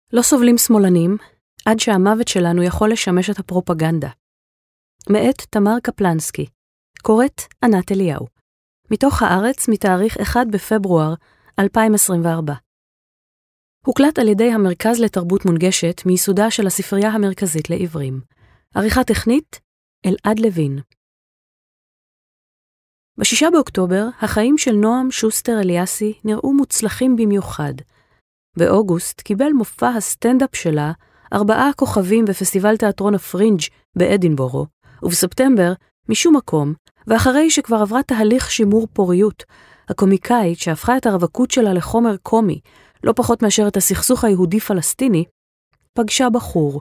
לא סובלים שמאלנים, עד שהמוות שלנו יכול לשמש את הפרופגנדה. מאת תמר קפלנסקי, קוראת ענת אליהו. מתוך הארץ מתאריך 1 בפברואר 2024. הוקלט על ידי המרכז לתרבות מונגשת מיסודה של הספרייה המרכזית לעברים. עריכה טכנית, אלעד לוין. ב6 באוקטובר, החיים של נועם שוסטר אליאסי נראו מוצלחים במיוחד. באוגוסט קיבל מופע הסטנדאפ שלה 4 כוכבים בפסטיבל תיאטרון הפרינג' באדינבורו, ובספטמבר, משום מקום, ואחרי שכבר עברה תהליך שימור פוריות, הקומיקאית שהפכה את הרווקות שלה לחומר קומי, לא פחות מאשר את הסכסוך היהודי-פלסטיני, פגשה בחור.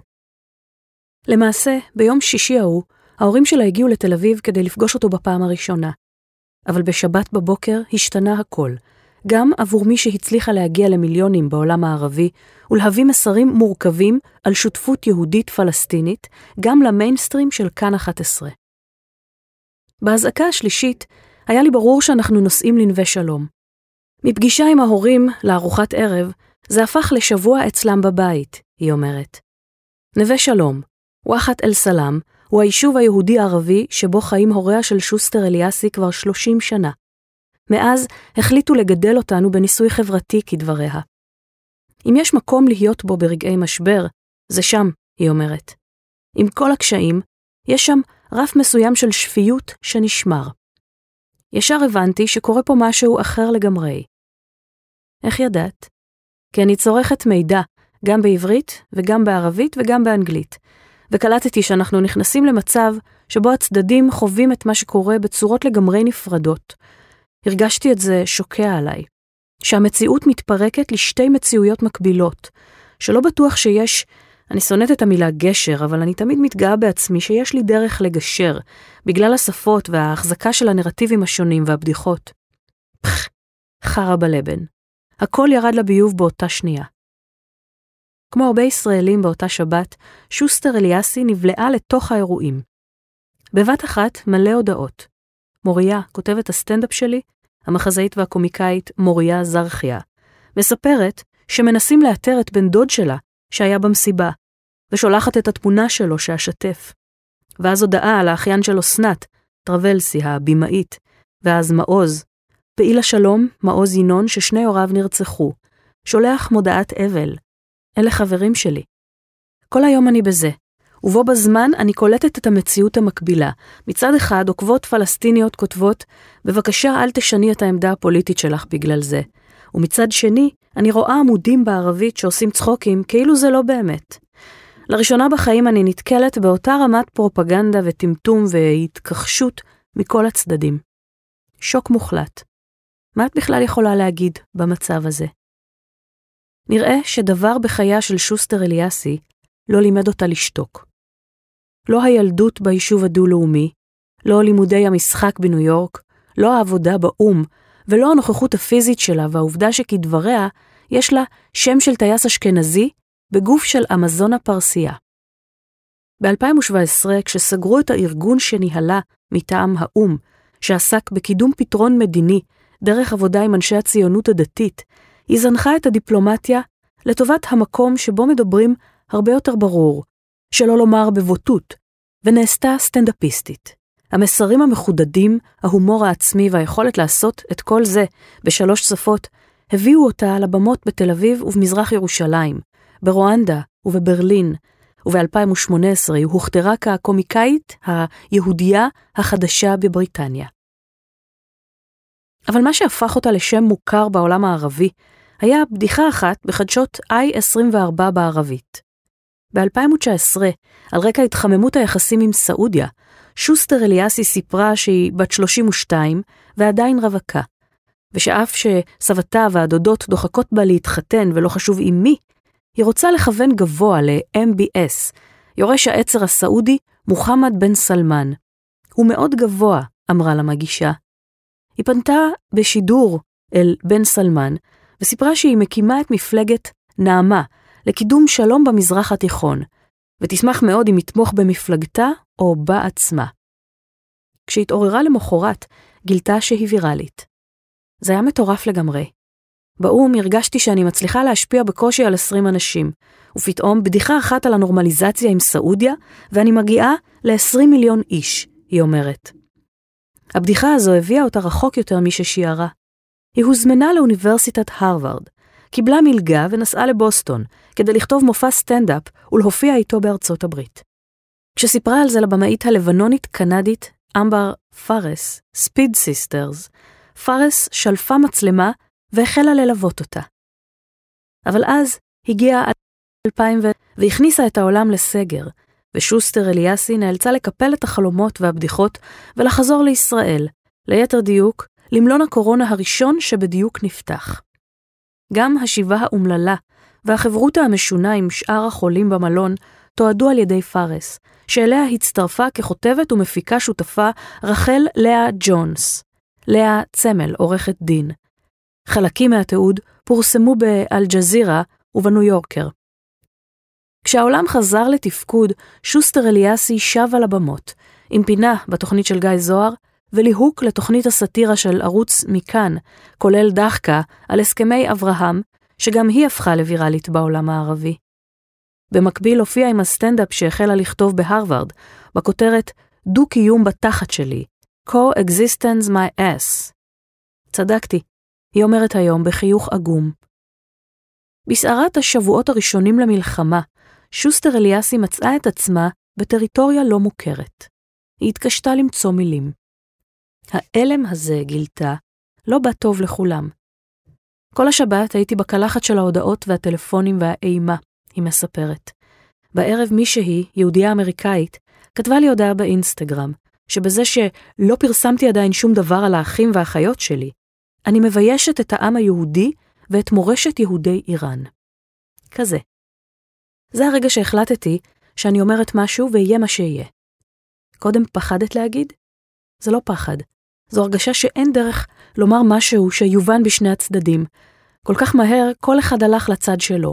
למעשה, ביום שישי ההוא, ההורים שלה הגיעו לתל אביב כדי לפגוש אותו בפעם הראשונה. אבל בשבת בבוקר השתנה הכל, גם עבור מי שהצליחה להגיע למיליונים בעולם הערבי, ולהביא מסרים מורכבים על שותפות יהודית-פלסטינית, גם למיינסטרים של כאן 11. בהזעקה השלישית, היה לי ברור שאנחנו נוסעים לנווה שלום. מפגישה עם ההורים לארוחת ערב, זה הפך לשבוע אצלם בבית, היא אומרת. נווה שלום, וחת אל סלאם, הוא היישוב היהודי-ערבי שבו חיים הוריה של שוסטר אליאסי כבר 30 שנה. מאז החליטו לגדל אותנו בניסוי חברתי כדבריה. אם יש מקום להיות בו ברגעי משבר, זה שם, היא אומרת. עם כל הקשיים, יש שם רף מסוים של שפיות שנשמר. ישר הבנתי שקורה פה משהו אחר לגמרי. איך ידעת? כי אני צורכת מידע, גם בעברית וגם בערבית וגם באנגלית, וקלטתי שאנחנו נכנסים למצב שבו הצדדים חווים את מה שקורה בצורות לגמרי נפרדות. הרגשתי את זה שוקע עליי, שהמציאות מתפרקת לשתי מציאויות מקבילות, שלא בטוח שיש, אני שונאת את המילה גשר, אבל אני תמיד מתגאה בעצמי שיש לי דרך לגשר, בגלל השפות וההחזקה של הנרטיבים השונים והבדיחות. חרה בלבן. הכל ירד לביוב באותה שנייה. כמו הרבה ישראלים באותה שבת, שוסטר אליאסי נבלעה לתוך האירועים. בבת אחת מלא הודעות. מוריה, כותבת הסטנדאפ שלי, המחזאית והקומיקאית מוריה זרחיה, מספרת שמנסים לאתר את בן דוד שלה שהיה במסיבה, ושולחת את התמונה שלו שאשתף. ואז הודעה על האחיין של אסנת, טרבלסי, הבימאית, ואז מעוז, פעיל השלום, מעוז ינון, ששני הוריו נרצחו, שולח מודעת אבל. אלה חברים שלי. כל היום אני בזה, ובו בזמן אני קולטת את המציאות המקבילה. מצד אחד, עוקבות פלסטיניות כותבות, בבקשה אל תשני את העמדה הפוליטית שלך בגלל זה. ומצד שני, אני רואה עמודים בערבית שעושים צחוקים כאילו זה לא באמת. לראשונה בחיים אני נתקלת באותה רמת פרופגנדה וטמטום והתכחשות מכל הצדדים. שוק מוחלט. מה את בכלל יכולה להגיד במצב הזה? נראה שדבר בחייה של שוסטר אליאסי לא לימד אותה לשתוק. לא הילדות ביישוב הדו-לאומי, לא לימודי המשחק בניו יורק, לא העבודה באום, ולא הנוכחות הפיזית שלה והעובדה שכדבריה יש לה שם של טייס אשכנזי בגוף של אמזונה פרסייה. ב-2017, כשסגרו את הארגון שניהלה מטעם האום, שעסק בקידום פתרון מדיני דרך עבודה עם אנשי הציונות הדתית, היא זנחה את הדיפלומטיה לטובת המקום שבו מדברים הרבה יותר ברור, שלא לומר בבוטות, ונעשתה סטנדאפיסטית. המסרים המחודדים, ההומור העצמי והיכולת לעשות את כל זה ב3 שפות, הביאו אותה לבמות בתל אביב ובמזרח ירושלים, ברואנדה ובברלין, וב-2018 היא הוכתרה כקומיקאית היהודייה החדשה בבריטניה. אבל מה שהפך אותה לשם מוכר בעולם הערבי, היה בדיחה אחת בחדשות I24 בערבית. ב-2019, על רקע התחממות היחסים עם סעודיה, שוסטר אליאסי סיפרה שהיא בת 32 ועדיין רווקה, ושאף שסבתה והדודות דוחקות בה להתחתן ולא חשוב עם מי, היא רוצה לכוון גבוה ל-MBS, יורש העצר הסעודי מוחמד בן סלמן. הוא מאוד גבוה, אמרה למגישה. היא פנתה בשידור אל בן סלמן, וסיפרה שהיא מקימה את מפלגת נעמה לקידום שלום במזרח התיכון, ותשמח מאוד אם יתמוך במפלגתה או בעצמה. כשהתעוררה למחרת, גילתה שהיא ויראלית. זה היה מטורף לגמרי. באום הרגשתי שאני מצליחה להשפיע בקושי על 20 אנשים, ופתאום בדיחה אחת על הנורמליזציה עם סעודיה, ואני מגיעה ל-20 מיליון איש, היא אומרת. הבדיחה הזו הביאה אותה רחוק יותר מששיערה. היא הוזמנה לאוניברסיטת הרווארד, קיבלה מלגה ונסעה לבוסטון, כדי לכתוב מופע סטנדאפ ולהופיע איתו בארצות הברית. כשסיפרה על זה לבמאית הלבנונית-קנדית אמבר פארס, ספיד סיסטרס, פארס שלפה מצלמה והחלה ללוות אותה. אבל אז הגיעה 2000 והכניסה את העולם לסגר, ושוסטר אליאסי נאלצה לקפל את החלומות והבדיחות ולחזור לישראל, ליתר דיוק, למלון הקורונה הראשון שבדיוק נפתח. גם השיבה האומללה והחברותה המשונה עם שאר החולים במלון תועדו על ידי פארס, שאליה הצטרפה ככותבת ומפיקה שותפה רחל לאה ג'ונס, לאה צמל, עורכת דין. חלקים מהתיעוד פורסמו באל-ג'זירה ובניו יורקר. כשהעולם חזר לתפקוד, שוסטר אליאסי שב על הבמות, עם פינה בתוכנית של גיא זוהר, וליהוק לתוכנית הסאטירה של ערוץ מכאן, כולל דחקה על הסכמי אברהם, שגם היא הפכה לווירלית בעולם הערבי. במקביל הופיע עם הסטנדאפ שהחלה לכתוב בהרווארד, בכותרת דו-קיום בתחת שלי, Co-existence my ass. צדקתי, היא אומרת היום בחיוך עגום. בסערת השבועות הראשונים למלחמה, שוסטר אליאסי מצאה את עצמה בטריטוריה לא מוכרת. היא התקשתה למצוא מילים. האלם הזה, גילתה, לא בא טוב לכולם. כל השבת הייתי בקלחת של ההודעות והטלפונים והאימה, היא מספרת. בערב מישהי, יהודייה אמריקאית, כתבה לי הודעה באינסטגרם, שבזה שלא פרסמתי עדיין שום דבר על האחים והאחיות שלי, אני מביישת את העם היהודי ואת מורשת יהודי איראן. כזה. זה הרגע שהחלטתי שאני אומרת משהו ויהיה מה שיהיה. קודם פחדת להגיד? זה לא פחד. זו הרגשה שאין דרך לומר משהו שיובן בשני הצדדים. כל כך מהר כל אחד הלך לצד שלו.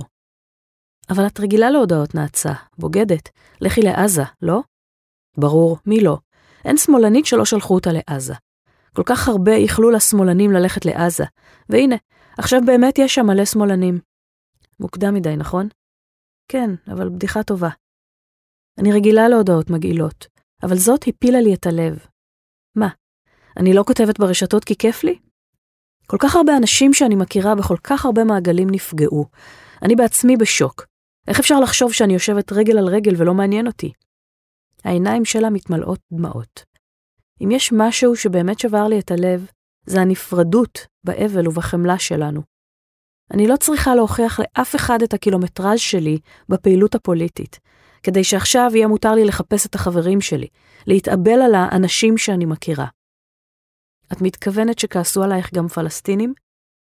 אבל את רגילה להודעות נאצה, בוגדת, לכי לעזה, לא? ברור, מי לא? אין שמאלנית שלא שלחו אותה לעזה. כל כך הרבה יכלו לשמאלנים ללכת לעזה, והנה, עכשיו באמת יש שם מלא שמאלנים. מוקדם מדי, נכון? כן, אבל בדיחה טובה. אני רגילה להודעות מגעילות, אבל זאת הפילה לי את הלב. מה? אני לא כותבת ברשתות כי כיף לי? כל כך הרבה אנשים שאני מכירה בכל כך הרבה מעגלים נפגעו. אני בעצמי בשוק. איך אפשר לחשוב שאני יושבת רגל על רגל ולא מעניין אותי? העיניים שלה מתמלאות דמעות. אם יש משהו שבאמת שבר לי את הלב, זה הנפרדות באבל ובחמלה שלנו. אני לא צריכה להוכיח לאף אחד את הקילומטראז' שלי בפעילות הפוליטית, כדי שעכשיו יהיה מותר לי לחפש את החברים שלי, להתאבל על האנשים שאני מכירה. את מתכוונת שכעסו עלייך גם פלסטינים?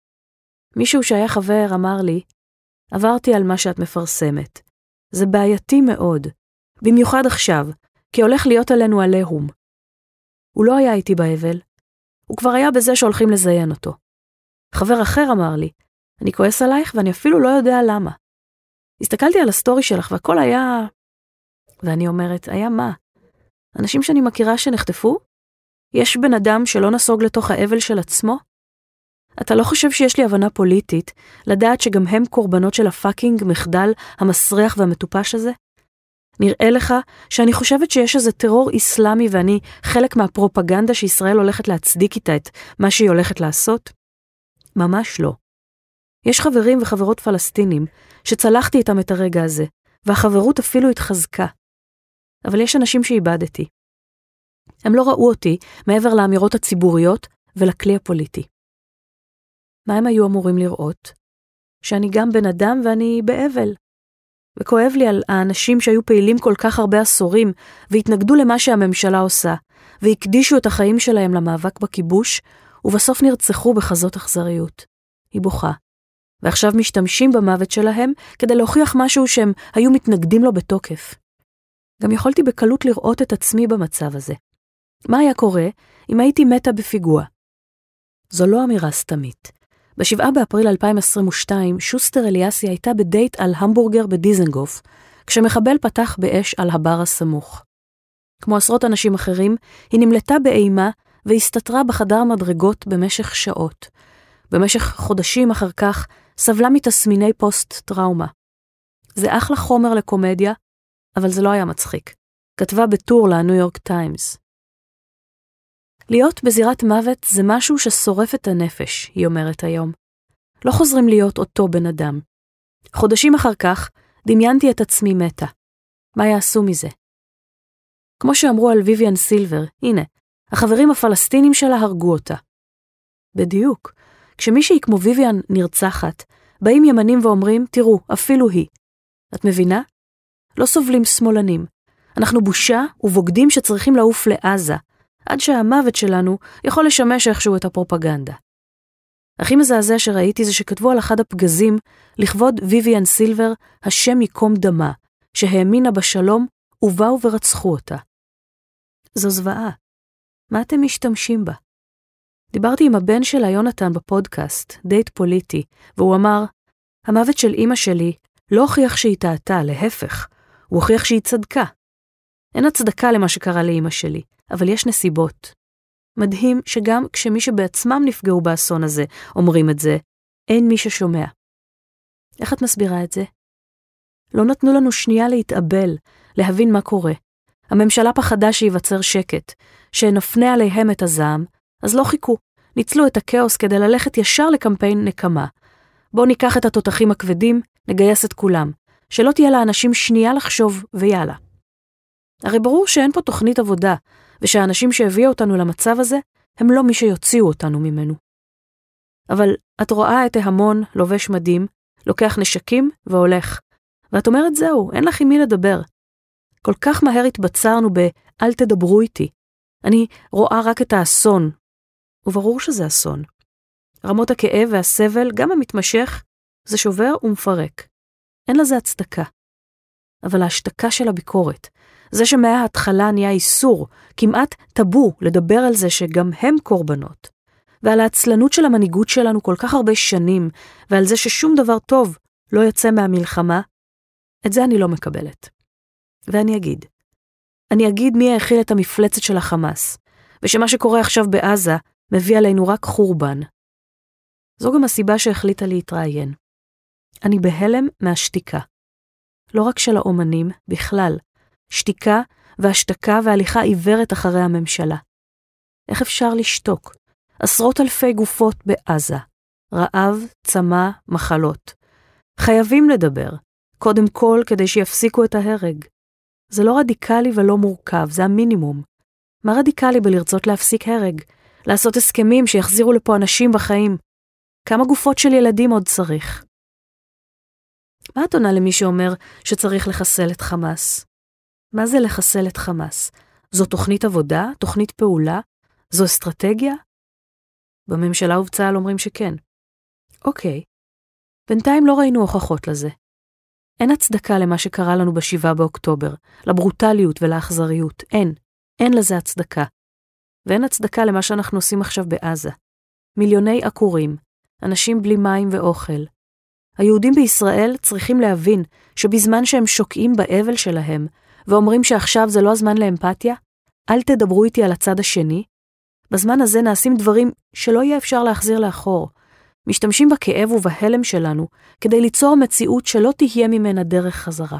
מישהו שהיה חבר אמר לי, עברתי על מה שאת מפרסמת. זה בעייתי מאוד, במיוחד עכשיו, כי הולך להיות עלינו עליהום. הוא לא היה איתי באבל, הוא כבר היה בזה שהולכים לזיין אותו. חבר אחר אמר לי, אני כועס עלייך ואני אפילו לא יודע למה. הסתכלתי על הסטורי שלך והכל היה... ואני אומרת, היה מה? אנשים שאני מכירה שנחטפו? יש בן אדם שלא נסוג לתוך האבל של עצמו? אתה לא חושב שיש לי הבנה פוליטית לדעת שגם הם קורבנות של הפאקינג מחדל המסריח והמטופש הזה? נראה לך שאני חושבת שיש איזה טרור איסלאמי ואני חלק מהפרופגנדה שישראל הולכת להצדיק איתה את מה שהיא הולכת לעשות? ממש לא. יש חברים וחברות פלסטינים שצלחתי איתם את הרגע הזה, והחברות אפילו התחזקה. אבל יש אנשים שאיבדתי. הם לא ראו אותי מעבר לאמירות הציבוריות ולכלי הפוליטי. מה הם היו אמורים לראות? שאני גם בן אדם ואני באבל. וכואב לי על האנשים שהיו פעילים כל כך הרבה עשורים והתנגדו למה שהממשלה עושה, והקדישו את החיים שלהם למאבק בכיבוש, ובסוף נרצחו בחזות אכזריות. היא בוכה. ועכשיו משתמשים במוות שלהם כדי להוכיח משהו שהם היו מתנגדים לו בתוקף. גם יכולתי בקלות לראות את עצמי במצב הזה. מה היה קורה אם הייתי מתה בפיגוע? זו לא אמירה סתמית. ב7 באפריל 2022 שוסטר אליאסי הייתה בדייט על המבורגר בדיזנגוף, כשמחבל פתח באש על הבר הסמוך. כמו עשרות אנשים אחרים, היא נמלטה באימה והסתתרה בחדר מדרגות במשך שעות. במשך חודשים אחר כך סבלה מתסמיני פוסט-טראומה. זה אחלה חומר לקומדיה, אבל זה לא היה מצחיק. כתבה בטור לניו יורק טיימס. להיות בזירת מוות זה משהו ששורף את הנפש, היא אומרת היום. לא חוזרים להיות אותו בן אדם. חודשים אחר כך דמיינתי את עצמי מתה. מה יעשו מזה? כמו שאמרו על ויויאן סילבר, הנה, החברים הפלסטינים שלה הרגו אותה. בדיוק. כשמישהי כמו ויויאן נרצחת, באים ימנים ואומרים, תראו, אפילו היא. את מבינה? לא סובלים שמאלנים. אנחנו בושה ובוגדים שצריכים לעוף לעזה, עד שהמוות שלנו יכול לשמש איכשהו את הפרופגנדה. הכי מזעזע שראיתי זה שכתבו על אחד הפגזים לכבוד ויויאן סילבר, השם ייקום דמה, שהאמינה בשלום ובאו ורצחו אותה. זו זוועה. מה אתם משתמשים בה? דיברתי עם הבן שלה יונתן בפודקאסט, דייט פוליטי, והוא אמר, המוות של אמא שלי לא הוכיח שהיא טעתה, להפך, הוא הוכיח שהיא צדקה. אין הצדקה למה שקרה לאמא שלי, אבל יש נסיבות. מדהים שגם כשמי שבעצמם נפגעו באסון הזה אומרים את זה, אין מי ששומע. איך את מסבירה את זה? לא נתנו לנו שנייה להתאבל, להבין מה קורה. הממשלה פחדה שיווצר שקט, שנפנה עליהם את הזעם, אז לא חיכו, ניצלו את הכאוס כדי ללכת ישר לקמפיין נקמה. בואו ניקח את התותחים הכבדים, נגייס את כולם, שלא תהיה לאנשים שנייה לחשוב ויאללה. הרי ברור שאין פה תוכנית עבודה, ושהאנשים שהביאו אותנו למצב הזה, הם לא מי שיוציאו אותנו ממנו. אבל את רואה את ההמון לובש מדים, לוקח נשקים והולך, ואת אומרת זהו, אין לך עם מי לדבר. כל כך מהר התבצרנו אל תדברו איתי. אני רואה רק את האסון, וברור שזה אסון. רמות הכאב והסבל, גם המתמשך, זה שובר ומפרק. אין לזה הצדקה. אבל ההשתקה של הביקורת, זה שמההתחלה נהיה איסור, כמעט טאבו לדבר על זה שגם הם קורבנות, ועל העצלנות של המנהיגות שלנו כל כך הרבה שנים, ועל זה ששום דבר טוב לא יצא מהמלחמה, את זה אני לא מקבלת. ואני אגיד מי האכיל את המפלצת של החמאס, ושמה שקורה עכשיו בעזה מביא עלינו רק חורבן. זו גם הסיבה שהחליטה להתראיין. אני בהלם מהשתיקה. לא רק של האומנים, בכלל. שתיקה והשתקה והליכה עיוורת אחרי הממשלה. איך אפשר לשתוק? עשרות אלפי גופות בעזה. רעב, צמא, מחלות. חייבים לדבר. קודם כל כדי שיפסיקו את ההרג. זה לא רדיקלי ולא מורכב, זה המינימום. מה רדיקלי בלרצות להפסיק הרג? לעשות הסכמים שיחזירו לפה אנשים בחיים? כמה גופות של ילדים עוד צריך? מה את עונה למי שאומר שצריך לחסל את חמאס? מה זה לחסל את חמאס? זו תוכנית עבודה? תוכנית פעולה? זו אסטרטגיה? בממשלה ובצה"ל אומרים שכן. אוקיי. בינתיים לא ראינו הוכחות לזה. אין הצדקה למה שקרה לנו ב7 באוקטובר, לברוטליות ולאכזריות. אין לזה הצדקה. ואין הצדקה למה שאנחנו עושים עכשיו בעזה. מיליוני עקורים, אנשים בלי מים ואוכל. היהודים בישראל צריכים להבין שבזמן שהם שוקעים באבל שלהם, ואומרים שעכשיו זה לא הזמן לאמפתיה, אל תדברו איתי על הצד השני, בזמן הזה נעשים דברים שלא יהיה אפשר להחזיר לאחור. משתמשים בכאב ובהלם שלנו כדי ליצור מציאות שלא תהיה ממנה דרך חזרה.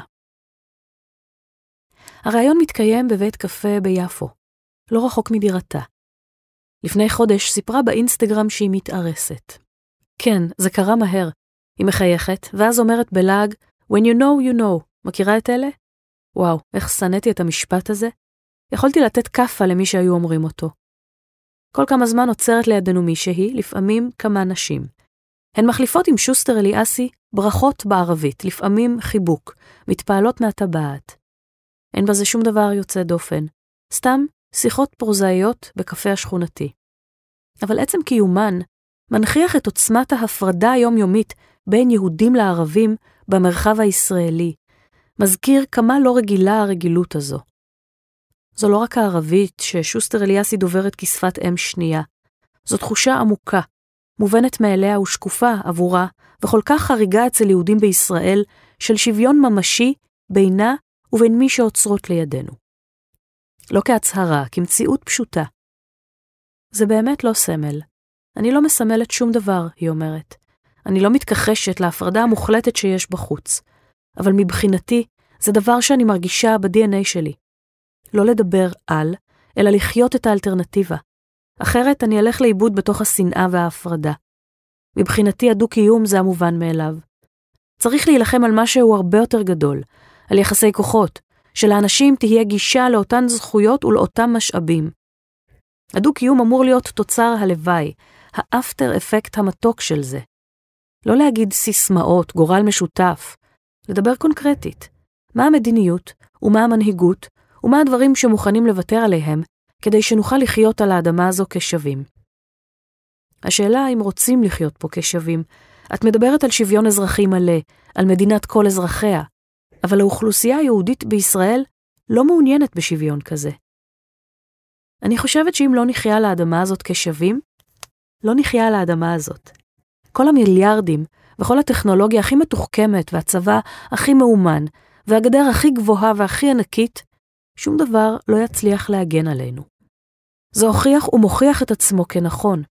הרעיון מתקיים בבית קפה ביפו, לא רחוק מדירתה. לפני חודש סיפרה באינסטגרם שהיא מתארסת. כן, זה קרה מהר. היא מחייכת, ואז אומרת בלעג, When you know, you know. מכירה את אלה? וואו, איך שנאתי את המשפט הזה? יכולתי לתת קפה למי שהיו אומרים אותו. כל כמה זמן עוצרת לידינו מישהי, לפעמים כמה נשים. הן מחליפות עם שוסטר אליאסי ברכות בערבית, לפעמים חיבוק, מתפעלות מהטבעת. אין בזה שום דבר יוצא דופן, סתם שיחות פרוזאיות בקפה השכונתי. אבל עצם קיומן מנכיח את עוצמת ההפרדה היומיומית בין יהודים לערבים במרחב הישראלי, מזכיר כמה לא רגילה הרגילות הזו. זו לא רק הערבית ששוסטר אליאסי דוברת כשפת אם שנייה, זו תחושה עמוקה, מובנת מאליה ושקופה עבורה, וכל כך חריגה אצל יהודים בישראל של שוויון ממשי בינה ובין מי שעוצרות לידינו. לא כהצהרה, כמציאות פשוטה. זה באמת לא סמל. אני לא מסמלת שום דבר, היא אומרת. אני לא מתכחשת להפרדה המוחלטת שיש בחוץ. אבל מבחינתי, זה דבר שאני מרגישה ב-DNA שלי. לא לדבר על, אלא לחיות את האלטרנטיבה. אחרת אני אלך לאיבוד בתוך השנאה וההפרדה. מבחינתי הדו-קיום זה המובן מאליו. צריך להילחם על משהו הרבה יותר גדול, על יחסי כוחות, שלאנשים תהיה גישה לאותן זכויות ולאותם משאבים. הדו-קיום אמור להיות תוצר הלוואי, האפטר אפקט המתוק של זה. לא להגיד סיסמאות, גורל משותף, לדבר קונקרטית. מה המדיניות ומה המנהיגות ומה הדברים שמוכנים לוותר עליהם כדי שנוכל לחיות על האדמה הזו כשווים. השאלה אם רוצים לחיות פה כשווים. את מדברת על שוויון אזרחי מלא, על מדינת כל אזרחיה, אבל האוכלוסייה היהודית בישראל לא מעוניינת בשוויון כזה. אני חושבת שאם לא נחיה על האדמה הזאת כשווים, לא נחיה על האדמה הזאת. כל המיליארדים וכל הטכנולוגיה הכי מתוחכמת והצבא הכי מאומן והגדר הכי גבוהה והכי ענקית, שום דבר לא יצליח להגן עלינו. זה הוכיח ומוכיח את עצמו כנכון.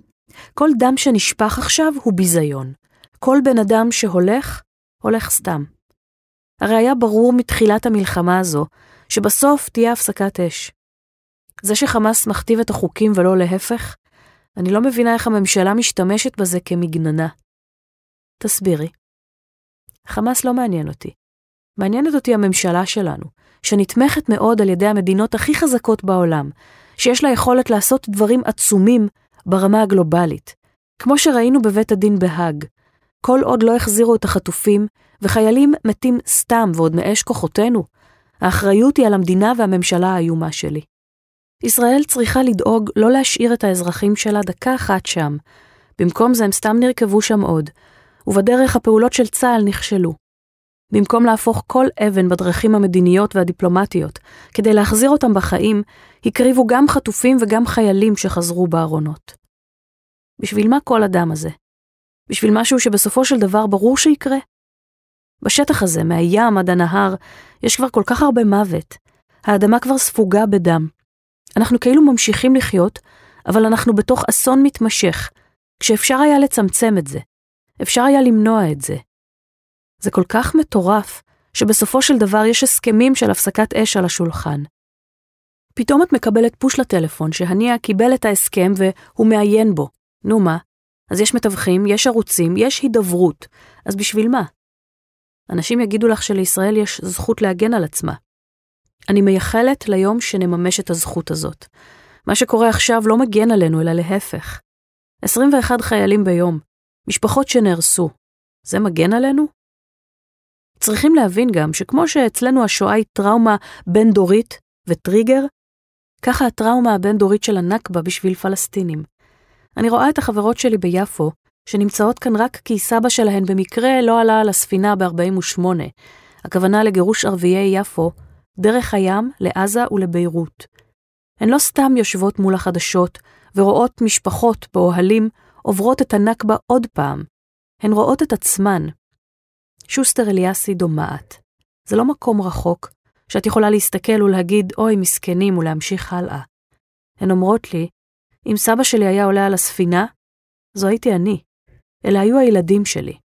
כל דם שנשפך עכשיו הוא ביזיון. כל בן אדם שהולך, הולך סתם. הרי היה ברור מתחילת המלחמה הזו, שבסוף תהיה הפסקת אש. זה שחמאס מכתיב את החוקים ולא להפך, אני לא מבינה איך הממשלה משתמשת בזה כמגננה. תסבירי. חמאס לא מעניין אותי. מעניינת אותי הממשלה שלנו, שנתמכת מאוד על ידי המדינות הכי חזקות בעולם, שיש לה יכולת לעשות דברים עצומים ברמה הגלובלית, כמו שראינו בבית הדין בהאג. כל עוד לא החזירו את החטופים, וחיילים מתים סתם ועוד מאש כוחותינו, האחריות היא על המדינה והממשלה האיומה שלי. ישראל צריכה לדאוג לא להשאיר את האזרחים שלה דקה אחת שם. במקום זה הם סתם נרכבו שם עוד, ובדרך הפעולות של צה"ל נכשלו. במקום להפוך כל אבן בדרכים המדיניות והדיפלומטיות, כדי להחזיר אותם בחיים, הקריבו גם חטופים וגם חיילים שחזרו בארונות. בשביל מה כל אדם הזה? בשביל משהו שבסופו של דבר ברור שיקרה? בשטח הזה, מהים עד הנהר, יש כבר כל כך הרבה מוות. האדמה כבר ספוגה בדם. אנחנו כאילו ממשיכים לחיות, אבל אנחנו בתוך אסון מתמשך, כשאפשר היה לצמצם את זה. אפשר היה למנוע את זה. זה כל כך מטורף, שבסופו של דבר יש הסכמים של הפסקת אש על השולחן. פתאום את מקבלת פוש לטלפון שהנייה קיבל את ההסכם והוא מעיין בו. נו מה? אז יש מתווכים, יש ערוצים, יש הידברות. אז בשביל מה? אנשים יגידו לך שלישראל יש זכות להגן על עצמה. אני מייחלת ליום שנממש את הזכות הזאת. מה שקורה עכשיו לא מגן עלינו, אלא להפך. 21 חיילים ביום, משפחות שנהרסו. זה מגן עלינו? צריכים להבין גם שכמו שאצלנו השואה היא טראומה בין-דורית וטריגר, ככה הטראומה הבין-דורית של הנכבה בשביל פלסטינים. אני רואה את החברות שלי ביפו, שנמצאות כאן רק כי סבא שלהן במקרה לא עלה על הספינה ב-48, הכוונה לגירוש ערביי יפו, דרך הים לעזה ולביירות. הן לא סתם יושבות מול החדשות ורואות משפחות באוהלים עוברות את הנכבה עוד פעם. הן רואות את עצמן. שוסטר אליאסי דומעת. זה לא מקום רחוק שאת יכולה להסתכל ולהגיד אוי מסכנים ולהמשיך הלאה. הן אומרות לי, אם סבא שלי היה עולה על הספינה, זו הייתי אני. אלה היו הילדים שלי.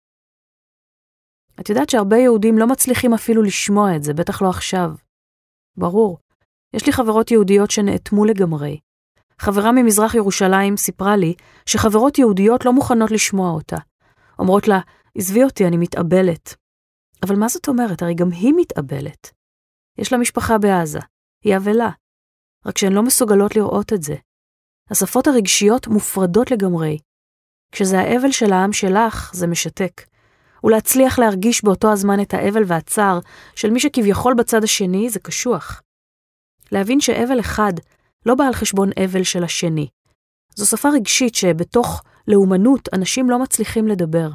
את יודעת שהרבה יהודים לא מצליחים אפילו לשמוע את זה, בטח לא עכשיו. ברור. יש לי חברות יהודיות שנאטמו לגמרי. חברה ממזרח ירושלים סיפרה לי שחברות יהודיות לא מוכנות לשמוע אותה. אומרות לה, עזבי אותי, אני מתאבלת. אבל מה זאת אומרת? הרי גם היא מתאבלת. יש לה משפחה בעזה. היא אבלה. רק שהן לא מסוגלות לראות את זה. השפות הרגשיות מופרדות לגמרי. כשזה האבל של העם שלך, זה משתק. ולהצליח להרגיש באותו הזמן את האבל והצער של מי שכביכול בצד השני, זה קשוח. להבין שאבל אחד לא בא על חשבון אבל של השני. זו שפה רגשית שבתוך לאומנות אנשים לא מצליחים לדבר.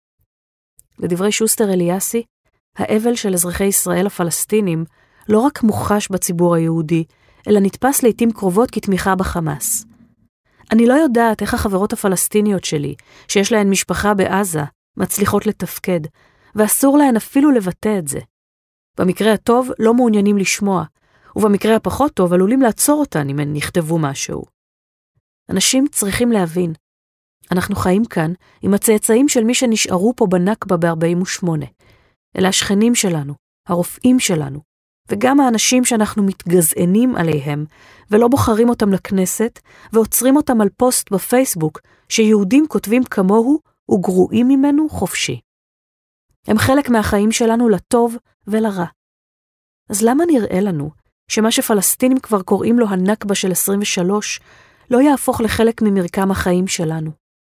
לדברי שוסטר אליאסי, האבל של אזרחי ישראל הפלסטינים לא רק מוחש בציבור היהודי, אלא נתפס לעתים קרובות כתמיכה בחמאס. אני לא יודעת איך החברות הפלסטיניות שלי, שיש להן משפחה בעזה, מצליחות לתפקד, ואסור להן אפילו לבטא את זה. במקרה הטוב לא מעוניינים לשמוע, ובמקרה הפחות טוב עלולים לעצור אותן אם הן נכתבו משהו. אנשים צריכים להבין אנחנו חיים כאן עם הצאצאים של מי שנשארו פה בנכבה ב-48. אלה השכנים שלנו, הרופאים שלנו, וגם האנשים שאנחנו מתגזענים עליהם, ולא בוחרים אותם לכנסת, ועוצרים אותם על פוסט בפייסבוק, שיהודים כותבים כמוהו וגרועים ממנו חופשי. הם חלק מהחיים שלנו לטוב ולרע. אז למה נראה לנו שמה שפלסטינים כבר קוראים לו הנכבה של 23, לא יהפוך לחלק ממרקם החיים שלנו?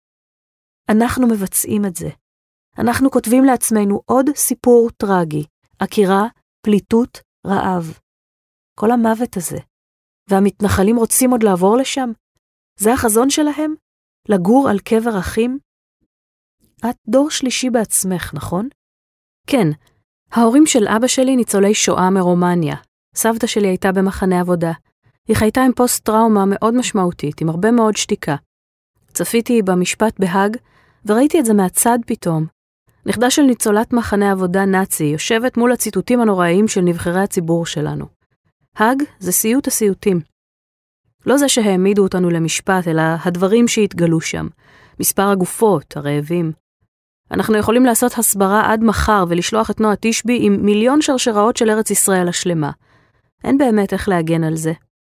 אנחנו מבצעים את זה. אנחנו כותבים לעצמנו עוד סיפור טרגי, עקירה, פליטות, רעב. כל המוות הזה. והמתנחלים רוצים עוד לעבור לשם? זה החזון שלהם? לגור על קבר אחים? את דור שלישי בעצמך, נכון? כן, ההורים של אבא שלי ניצולי שואה מרומניה. סבתא שלי הייתה במחנה עבודה. היא חייתה עם פוסט-טראומה מאוד משמעותית, עם הרבה מאוד שתיקה. צפיתי במשפט בהאג, וראיתי את זה מהצד פתאום. נכדה של ניצולת מחנה עבודה נאצי יושבת מול הציטוטים הנוראיים של נבחרי הציבור שלנו. האג זה סיוט הסיוטים. לא זה שהעמידו אותנו למשפט, אלא הדברים שהתגלו שם. מספר הגופות, הרעבים. אנחנו יכולים לעשות הסברה עד מחר ולשלוח את נועה תשבי עם מיליון שרשראות של ארץ ישראל השלמה. אין באמת איך להגן על זה.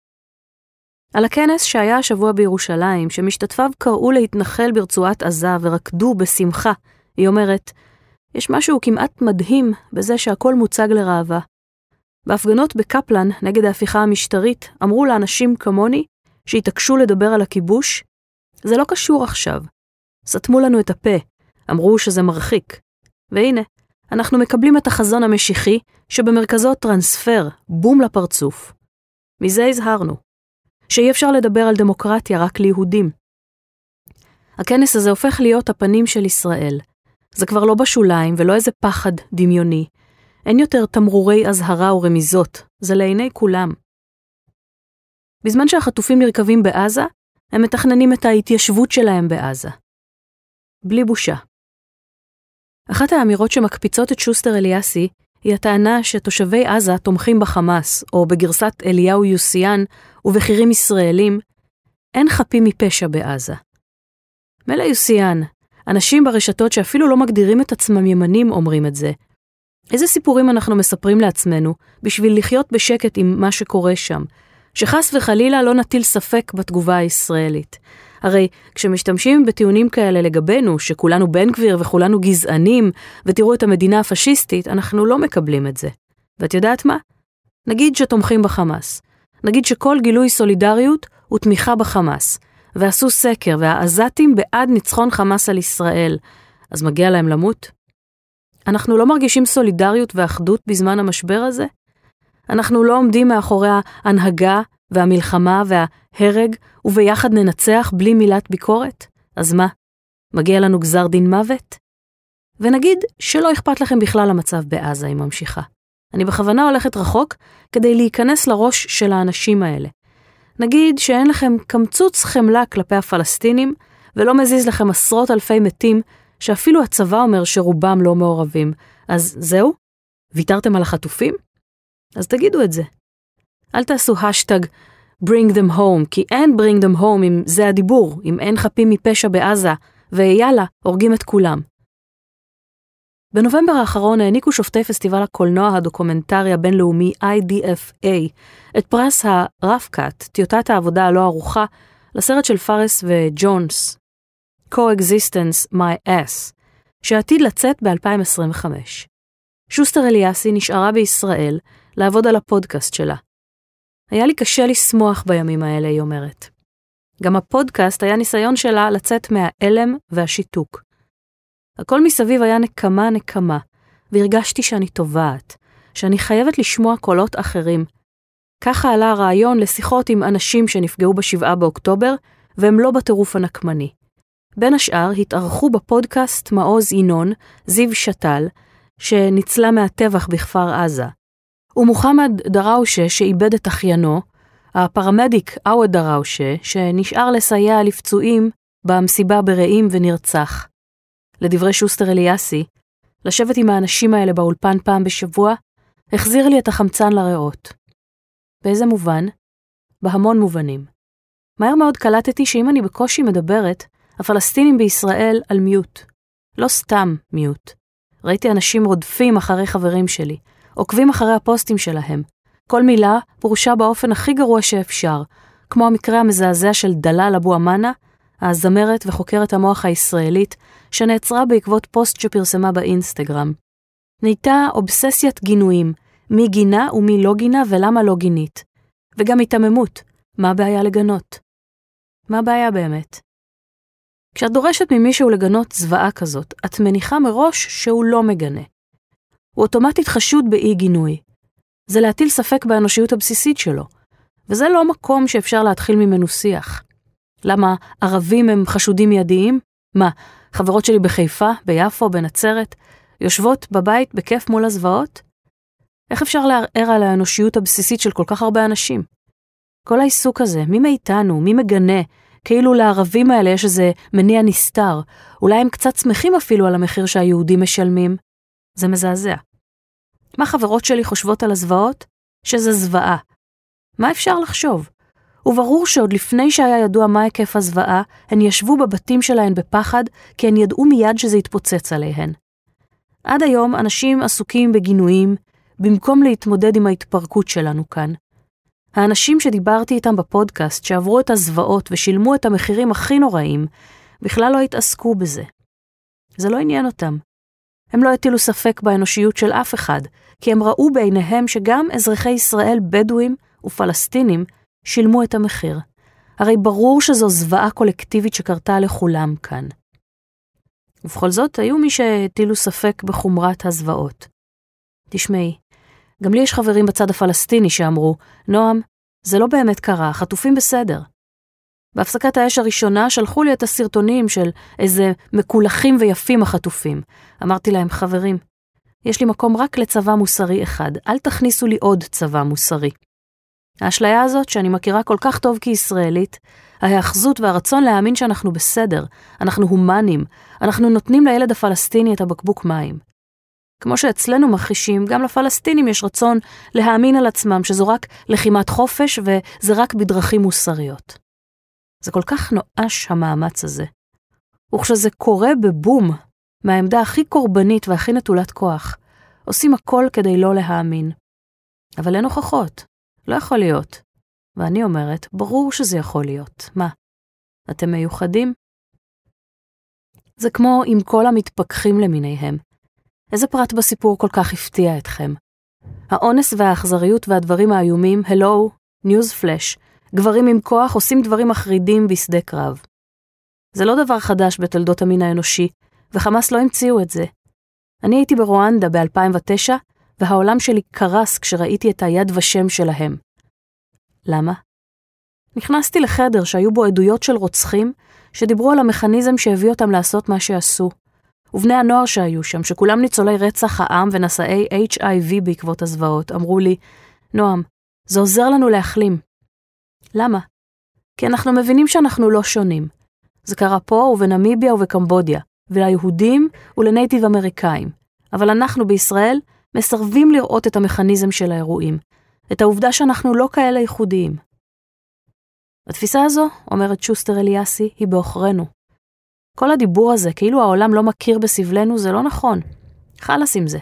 על הכנס שהיה השבוע בירושלים, שמשתתפיו קראו להתנחל ברצועת עזה ורקדו בשמחה, היא אומרת, יש משהו כמעט מדהים בזה שהכל מוצג לראווה. בהפגנות בקפלן נגד ההפיכה המשטרית אמרו לאנשים כמוני שהתעקשו לדבר על הכיבוש, זה לא קשור עכשיו. סתמו לנו את הפה, אמרו שזה מרחיק. והנה, אנחנו מקבלים את החזון המשיחי שבמרכזו טרנספר, בום לפרצוף. מזה הזהרנו, שאי אפשר לדבר על דמוקרטיה רק ליהודים. הכנס הזה הופך להיות הפנים של ישראל. זה כבר לא בשוליים ולא איזה פחד דמיוני. אין יותר תמרורי הזהרה ורמיזות, זה לעיני כולם. בזמן שהחטופים נרכבים בעזה, הם מתכננים את ההתיישבות שלהם בעזה. בלי בושה. אחת האמירות שמקפיצות את שוסטר אליאסי היא הטענה שתושבי עזה תומכים בחמאס, או בגרסת אליהו יוסיאן ובחירים ישראלים, אין חפים מפשע בעזה. מלא יוסיאן, אנשים ברשתות שאפילו לא מגדירים את עצמם ימנים אומרים את זה. איזה סיפורים אנחנו מספרים לעצמנו בשביל לחיות בשקט עם מה שקורה שם, שחס וחלילה לא נטיל ספק בתגובה הישראלית. הרי כשמשתמשים בטיעונים כאלה לגבינו, שכולנו בן גביר וכולנו גזענים, ותראו את המדינה הפשיסטית, אנחנו לא מקבלים את זה. ואת יודעת מה? נגיד שתומכים בחמאס. נגיד שכל גילוי סולידריות הוא תמיכה בחמאס. ועשו סקר, והעזתים בעד ניצחון חמאס על ישראל. אז מגיע להם למות? אנחנו לא מרגישים סולידריות ואחדות בזמן המשבר הזה? אנחנו לא עומדים מאחורי ההנהגה והמלחמה וההרג, וביחד ננצח בלי מילת ביקורת? אז מה? מגיע לנו גזר דין מוות? ונגיד שלא אכפת לכם בכלל המצב בעזה, היא ממשיכה. אני בכוונה הולכת רחוק כדי להיכנס לראש של האנשים האלה. נגיד שאין לכם קמצוץ חמלה כלפי הפלסטינים, ולא מזיז לכם עשרות אלפי מתים, שאפילו הצבא אומר שרובם לא מעורבים. אז זהו? ויתרתם על החטופים? אז תגידו את זה. אל תעשו השטג bring them home, כי אין bring them home אם זה הדיבור, אם אין חפים מפשע בעזה, ויאללה, הורגים את כולם. בנובמבר האחרון העניקו שופטי פסטיבל הקולנוע הדוקומנטרי הבינלאומי IDFA את פרס הרפקת, טיוטת העבודה הלא ערוכה, לסרט של פארס וג'ונס, Coexistence My Ass, שעתיד לצאת ב-2025. שוסטר אליאסי נשארה בישראל לעבוד על הפודקאסט שלה. היה לי קשה לשמוח בימים האלה, היא אומרת. גם הפודקאסט היה ניסיון שלה לצאת מהאלם והשיתוק. הכל מסביב היה נקמה, והרגשתי שאני טובעת, שאני חייבת לשמוע קולות אחרים. ככה עלה הרעיון לשיחות עם אנשים שנפגעו ב7 באוקטובר, והם לא בטירוף הנקמני. בין השאר התארחו בפודקאסט מעוז ינון, זיו שטל, שניצלה מהטבח בכפר עזה. ומוחמד דראושה שאיבד את אחיינו, הפרמדיק עווד דראושה, שנשאר לסייע לפצועים במסיבה ברעים ונרצח. לדברי שוסטר אליאסי, לשבת עם האנשים האלה באולפן פעם בשבוע, החזיר לי את החמצן לריאות. באיזה מובן? בהמון מובנים. מהר מאוד קלטתי שאם אני בקושי מדברת, הפלסטינים בישראל על מיוט. לא סתם מיוט. ראיתי אנשים רודפים אחרי חברים שלי, עוקבים אחרי הפוסטים שלהם. כל מילה פורשה באופן הכי גרוע שאפשר, כמו המקרה המזעזע של דלאל אבו אמנה, הזמרת וחוקרת המוח הישראלית, שנעצרה בעקבות פוסט שפרסמה באינסטגרם. נהייתה אובססיית גינויים, מי גינה ומי לא גינה ולמה לא גינית. וגם התעממות, מה הבעיה לגנות? מה הבעיה באמת? כשאת דורשת ממישהו לגנות זוועה כזאת, את מניחה מראש שהוא לא מגנה. הוא אוטומטית חשוד באי גינוי. זה להטיל ספק באנושיות הבסיסית שלו, וזה לא מקום שאפשר להתחיל ממנו שיח. למה ערבים הם חשודים מיידיים? מה, חברות שלי בחיפה, ביפו, בנצרת, יושבות בבית בכיף מול הזוועות? איך אפשר לערער על האנושיות הבסיסית של כל כך הרבה אנשים? כל העיסוק הזה, מי מאיתנו, מי מגנה, כאילו לערבים האלה יש איזה מניע נסתר, אולי הם קצת שמחים אפילו על המחיר שהיהודים משלמים. זה מזעזע. מה חברות שלי חושבות על הזוועות? שזה זוועה. מה אפשר לחשוב? וברור שעוד לפני שהיה ידוע מה היקף הזוועה, הן ישבו בבתים שלהן בפחד, כי הן ידעו מיד שזה יתפוצץ עליהן. עד היום אנשים עסוקים בגינויים, במקום להתמודד עם ההתפרקות שלנו כאן. האנשים שדיברתי איתם בפודקאסט, שעברו את הזוועות ושילמו את המחירים הכי נוראים, בכלל לא התעסקו בזה. זה לא עניין אותם. הם לא הטילו ספק באנושיות של אף אחד, כי הם ראו בעיניהם שגם אזרחי ישראל בדואים ופלסטינים שילמו את המחיר. הרי ברור שזו זוועה קולקטיבית שקרתה לכולם כאן. ובכל זאת, היו מי שהטילו ספק בחומרת הזוועות. תשמעי, גם לי יש חברים בצד הפלסטיני שאמרו, נועם, זה לא באמת קרה, חטופים בסדר. בהפסקת האש הראשונה שלחו לי את הסרטונים של איזה מקולחים ויפים החטופים. אמרתי להם, חברים, יש לי מקום רק לצבא מוסרי אחד, אל תכניסו לי עוד צבא מוסרי. האשליה הזאת שאני מכירה כל כך טוב כישראלית, ההאחזות והרצון להאמין שאנחנו בסדר, אנחנו הומנים, אנחנו נותנים לילד הפלסטיני את הבקבוק מים. כמו שאצלנו מכחישים, גם לפלסטינים יש רצון להאמין על עצמם שזו רק לחימת חופש וזה רק בדרכים מוסריות. זה כל כך נואש המאמץ הזה. וכשזה קורה בבום, מהעמדה הכי קורבנית והכי נטולת כוח, עושים הכל כדי לא להאמין. אבל אין הוכחות, לא יכול להיות. ואני אומרת, ברור שזה יכול להיות. מה? אתם מיוחדים? זה כמו עם כל המתפכחים למיניהם. איזה פרט בסיפור כל כך הפתיע אתכם? האונס והאכזריות והדברים האיומים, hello, news flash, גברים עם כוח עושים דברים מחרידים בשדה קרב. זה לא דבר חדש בתולדות המין האנושי, וחמאס לא המציאו את זה. אני הייתי ברואנדה ב-2009, והעולם שלי קרס כשראיתי את היד ושם שלהם. למה? נכנסתי לחדר שהיו בו עדויות של רוצחים, שדיברו על המכניזם שהביא אותם לעשות מה שעשו. ובני הנוער שהיו שם, שכולם ניצולי רצח העם ונשאי HIV בעקבות הזוועות, אמרו לי, נועם, זה עוזר לנו להחלים. למה? כי אנחנו מבינים שאנחנו לא שונים. זה קרה פה ובנמיביה ובקמבודיה, וליהודים ולנייטיב אמריקאים. אבל אנחנו בישראל מסרבים לראות את המכניזם של האירועים, את העובדה שאנחנו לא כאלה ייחודיים. התפיסה הזו, אומרת שוסטר אליאסי, היא באוכרנו. כל הדיבור הזה, כאילו העולם לא מכיר בסבלנו, זה לא נכון. חלס עם זה.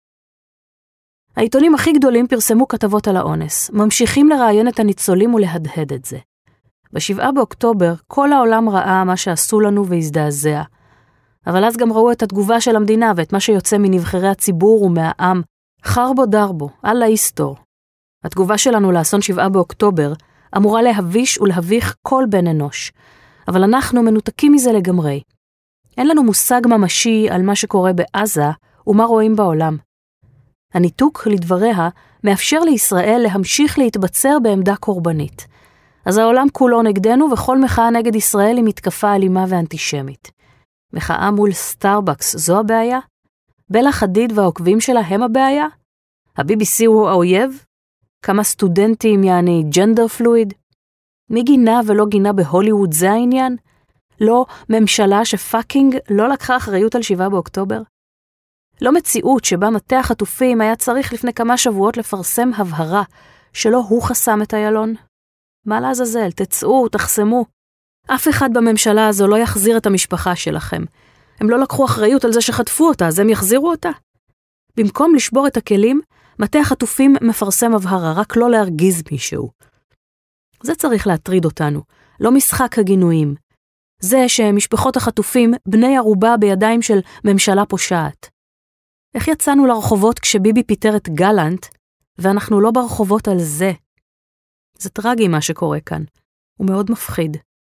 העיתונים הכי גדולים פרסמו כתבות על האונס, ממשיכים לראיין את הניצולים ולהדהד את זה. ב7 באוקטובר, כל העולם ראה מה שעשו לנו והזדעזע. אבל אז גם ראו את התגובה של המדינה ואת מה שיוצא מנבחרי הציבור ומהעם. חרבו דרבו, אללה היסטור. התגובה שלנו לאסון 7 באוקטובר אמורה להביש ולהביך כל בן אנוש. אבל אנחנו מנותקים מזה לגמרי. אין לנו מושג ממשי על מה שקורה בעזה ומה רואים בעולם. הניתוק, לדבריה, מאפשר לישראל להמשיך להתבצר בעמדה קורבנית. אז העולם כולו נגדנו וכל מחאה נגד ישראל היא מתקפה אלימה ואנטישמית. מחאה מול סטארבקס זו הבעיה? בלה חדיד והעוקבים שלה הם הבעיה? ה-BBC הוא האויב? כמה סטודנטים יעני ג'נדר פלואיד? מי גינה ולא גינה בהוליווד זה העניין? לא ממשלה שפאקינג לא לקחה אחריות על 7 באוקטובר? לא מציאות שבה מטה החטופים היה צריך לפני כמה שבועות לפרסם הבהרה שלא הוא חסם את איילון? מה לעזאזל? תצאו, תחסמו. אף אחד בממשלה הזו לא יחזיר את המשפחה שלכם. הם לא לקחו אחריות על זה שחטפו אותה, אז הם יחזירו אותה. במקום לשבור את הכלים, מטה החטופים מפרסם הבהרה, רק לא להרגיז מישהו. זה צריך להטריד אותנו, לא משחק הגינויים. זה שמשפחות החטופים בני ערובה בידיים של ממשלה פושעת. איך יצאנו לרחובות כשביבי פיטר את גלנט, ואנחנו לא ברחובות על זה? זה טרגי מה שקורה כאן, הוא מאוד מפחיד.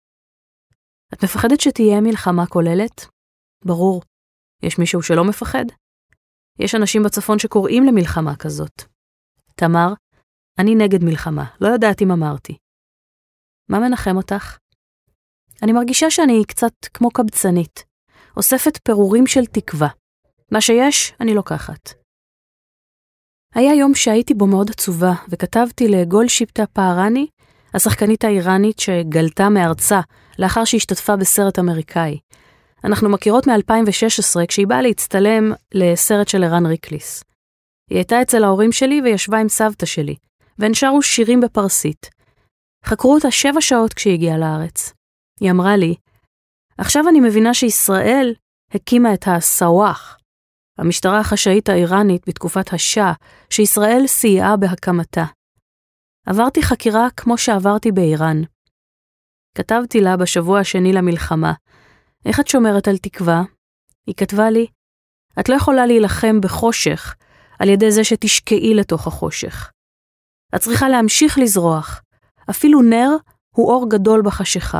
את מפחדת שתהיה מלחמה כוללת? ברור. יש מישהו שלא מפחד? יש אנשים בצפון שקוראים למלחמה כזאת. תמר, אני נגד מלחמה, לא יודעת אם אמרתי. מה מנחם אותך? אני מרגישה שאני קצת כמו קבצנית, אוספת פירורים של תקווה. מה שיש, אני לוקחת. היה יום שהייתי בו מאוד עצובה, וכתבתי לגולדשיפטה פערני, השחקנית האיראנית שגלתה מארצה לאחר שהשתתפה בסרט אמריקאי. אנחנו מכירות מ-2016 כשהיא באה להצטלם לסרט של ערן ריקליס. היא הייתה אצל ההורים שלי וישבה עם סבתא שלי, והן שרו שירים בפרסית. חקרו אותה 7 שעות כשהיא הגיעה לארץ. היא אמרה לי, עכשיו אני מבינה שישראל הקימה את הסוואח, המשטרה החשאית האיראנית בתקופת השאה, שישראל סייעה בהקמתה. עברתי חקירה כמו שעברתי באיראן. כתבתי לה בשבוע השני למלחמה, איך את שומרת על תקווה? היא כתבה לי, את לא יכולה להילחם בחושך על ידי זה שתשקעי לתוך החושך. את צריכה להמשיך לזרוח, אפילו נר הוא אור גדול בחשיכה.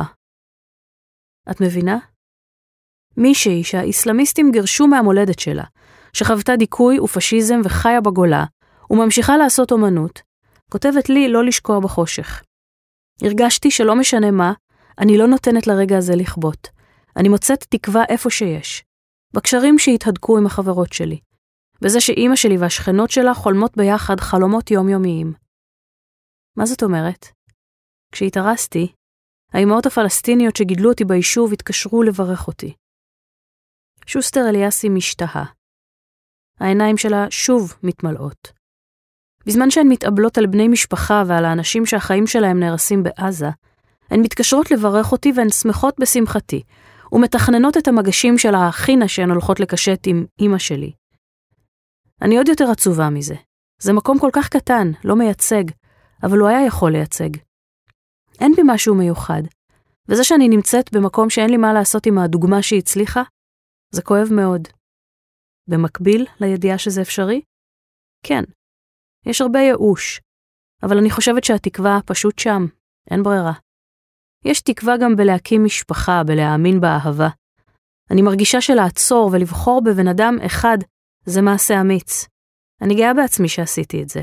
את מבינה? מישהי שהאסלאמיסטים גירשו מהמולדת שלה, שחוותה דיכוי ופשיזם וחיה בגולה, וממשיכה לעשות אומנות, כותבת לי לא לשקוע בחושך. הרגשתי שלא משנה מה, אני לא נותנת לרגע הזה לכבות. אני מוצאת תקווה איפה שיש, בקשרים שהתהדקו עם החברות שלי, בזה שאימא שלי והשכנות שלה חולמות ביחד חלומות יומיומיים. מה זאת אומרת? כשהתארסתי, האימהות הפלסטיניות שגידלו אותי ביישוב התקשרו לברך אותי. שוסטר אליאסי משתהה. העיניים שלה שוב מתמלאות. בזמן שהן מתאבלות על בני משפחה ועל האנשים שהחיים שלהם נהרסים בעזה, הן מתקשרות לברך אותי והן שמחות בשמחתי, ומתכננות את המגשים של האחינה שהן הולכות לקשט עם אמא שלי. אני עוד יותר עצובה מזה. זה מקום כל כך קטן, לא מייצג, אבל הוא היה יכול לייצג. אין בי משהו מיוחד, וזה שאני נמצאת במקום שאין לי מה לעשות עם הדוגמה שהצליחה, זה כואב מאוד. במקביל לידיעה שזה אפשרי? כן. יש הרבה ייאוש, אבל אני חושבת שהתקווה פשוט שם, אין ברירה. יש תקווה גם בלהקים משפחה, בלהאמין באהבה. אני מרגישה שלעצור ולבחור בבן אדם אחד זה מעשה אמיץ. אני גאה בעצמי שעשיתי את זה.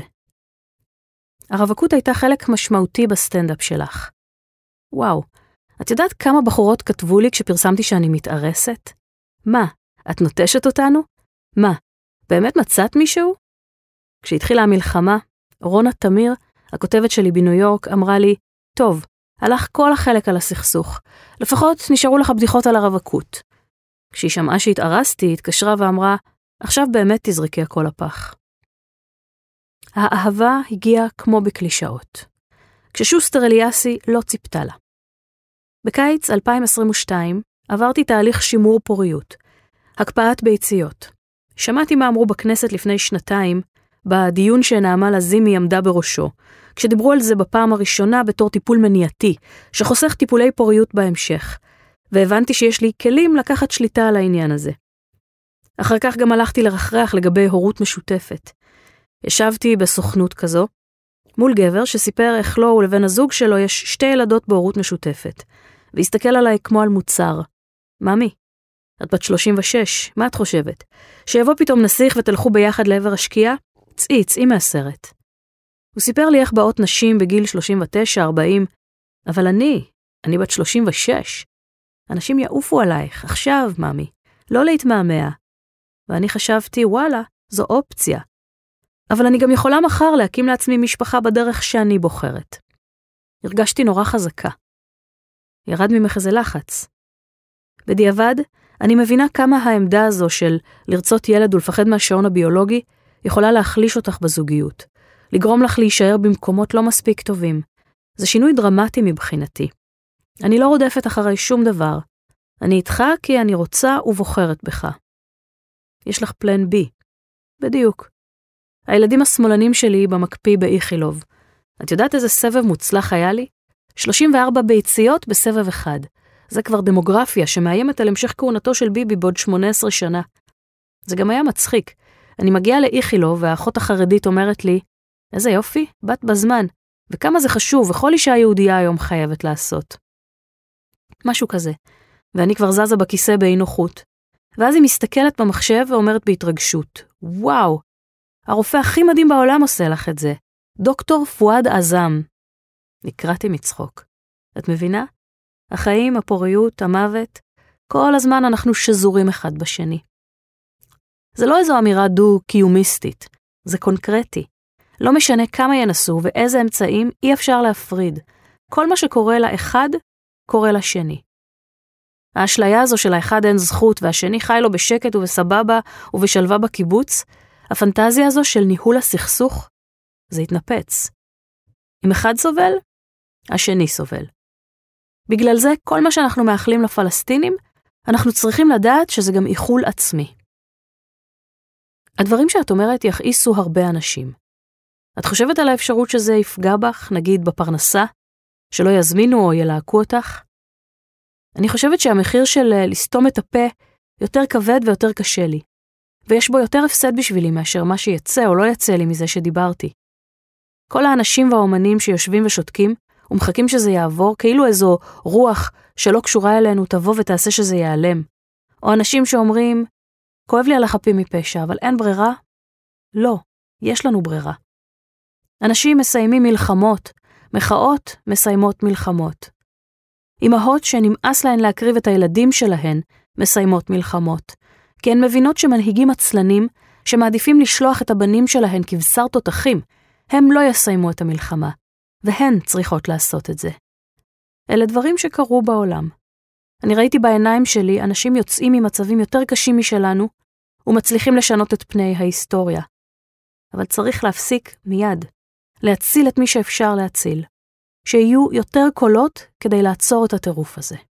הרווקות הייתה חלק משמעותי בסטנדאפ שלך. וואו, את יודעת כמה בחורות כתבו לי כשפרסמתי שאני מתארסת? מה, את נוטשת אותנו? מה, באמת מצאת מישהו? כשהתחילה המלחמה, רונה תמיר, הכותבת שלי בניו יורק, אמרה לי, טוב, הלך כל החלק על הסכסוך, לפחות נשארו לך בדיחות על הרווקות. כשהיא שמעה שהתארסתי, היא התקשרה ואמרה, עכשיו באמת תזרקי הכל לפח. האהבה הגיעה כמו בקלישאות, כששוסטר אליאסי לא ציפתה לה. בקיץ 2022 עברתי תהליך שימור פוריות, הקפאת ביציות. שמעתי מה אמרו בכנסת לפני 2 בדיון שנעמה לזימי עמדה בראשו, כשדיברו על זה בפעם הראשונה בתור טיפול מניעתי, שחוסך טיפולי פוריות בהמשך, והבנתי שיש לי כלים לקחת שליטה על העניין הזה. אחר כך גם הלכתי לרחרח לגבי הורות משותפת. ישבתי בסוכנות כזו, מול גבר שסיפר איך לו ולבן הזוג שלו יש 2 ילדות בהורות משותפת, והסתכל עליי כמו על מוצר. ממי, את בת 36, מה את חושבת? שיבוא פתאום נסיך ותלכו ביחד לעבר השקיעה? צאי מהסרט. הוא סיפר לי איך באות נשים בגיל 39-40, אבל אני בת 36. אנשים יעופו עלייך, עכשיו, ממי, לא להתמהמה. ואני חשבתי, וואלה, זו אופציה. אבל אני גם יכולה מחר להקים לעצמי משפחה בדרך שאני בוחרת. הרגשתי נורא חזקה. ירד ממך איזה לחץ. בדיעבד, אני מבינה כמה העמדה הזו של לרצות ילד ולפחד מהשעון הביולוגי יכולה להחליש אותך בזוגיות, לגרום לך להישאר במקומות לא מספיק טובים. זה שינוי דרמטי מבחינתי. אני לא רודפת אחרי שום דבר. אני איתך כי אני רוצה ובוחרת בך. יש לך פלן בי. בדיוק. הילדים השמאלנים שלי במקפיא באיכילוב. את יודעת איזה סבב מוצלח היה לי? 34 ביציות בסבב אחד. זה כבר דמוגרפיה שמאיימת על המשך כהונתו של ביבי בעוד 18 שנה. זה גם היה מצחיק. אני מגיעה לאיכילוב והאחות החרדית אומרת לי, איזה יופי, בת בזמן, וכמה זה חשוב, וכל אישה יהודייה היום חייבת לעשות. משהו כזה. ואני כבר זזה בכיסא באי נוחות. ואז היא מסתכלת במחשב ואומרת בהתרגשות, וואו, הרופא הכי מדהים בעולם עושה לך את זה. דוקטור פואד עזם. נקראתי מצחוק. את מבינה? החיים, הפוריות, המוות, כל הזמן אנחנו שזורים אחד בשני. זה לא איזו אמירה דו-קיומיסטית, זה קונקרטי. לא משנה כמה ינסו ואיזה אמצעים אי אפשר להפריד. כל מה שקורה לאחד, קורה לשני. האשליה הזו של האחד אין זכות והשני חי לו בשקט ובסבבה ובשלווה בקיבוץ, הפנטזיה הזו של ניהול הסכסוך, זה יתנפץ. אם אחד סובל, השני סובל. בגלל זה, כל מה שאנחנו מאחלים לפלסטינים, אנחנו צריכים לדעת שזה גם איחול עצמי. הדברים שאת אומרת יכעיסו הרבה אנשים. את חושבת על האפשרות שזה יפגע בך, נגיד בפרנסה, שלא יזמינו או ילהקו אותך? אני חושבת שהמחיר של לסתום את הפה יותר כבד ויותר קשה לי, ויש בו יותר הפסד בשבילי מאשר מה שיצא או לא יצא לי מזה שדיברתי. כל האנשים והאומנים שיושבים ושותקים ומחכים שזה יעבור, כאילו איזו רוח שלא קשורה אלינו תבוא ותעשה שזה ייעלם. או אנשים שאומרים, כואב לי על החפים מפשע, אבל אין ברירה? לא, יש לנו ברירה. אנשים מסיימים מלחמות, מחאות מסיימות מלחמות. אמהות שנמאס להן להקריב את הילדים שלהן מסיימות מלחמות, כי הן מבינות שמנהיגים עצלנים שמעדיפים לשלוח את הבנים שלהן כבשר תותחים, הם לא יסיימו את המלחמה, והן צריכות לעשות את זה. אלה דברים שקרו בעולם. אני ראיתי בעיניים שלי אנשים יוצאים ממצבים יותר קשים משלנו, ומצליחים לשנות את פני ההיסטוריה. אבל צריך להפסיק מיד, להציל את מי שאפשר להציל, שיהיו יותר קולות כדי לעצור את הטירוף הזה.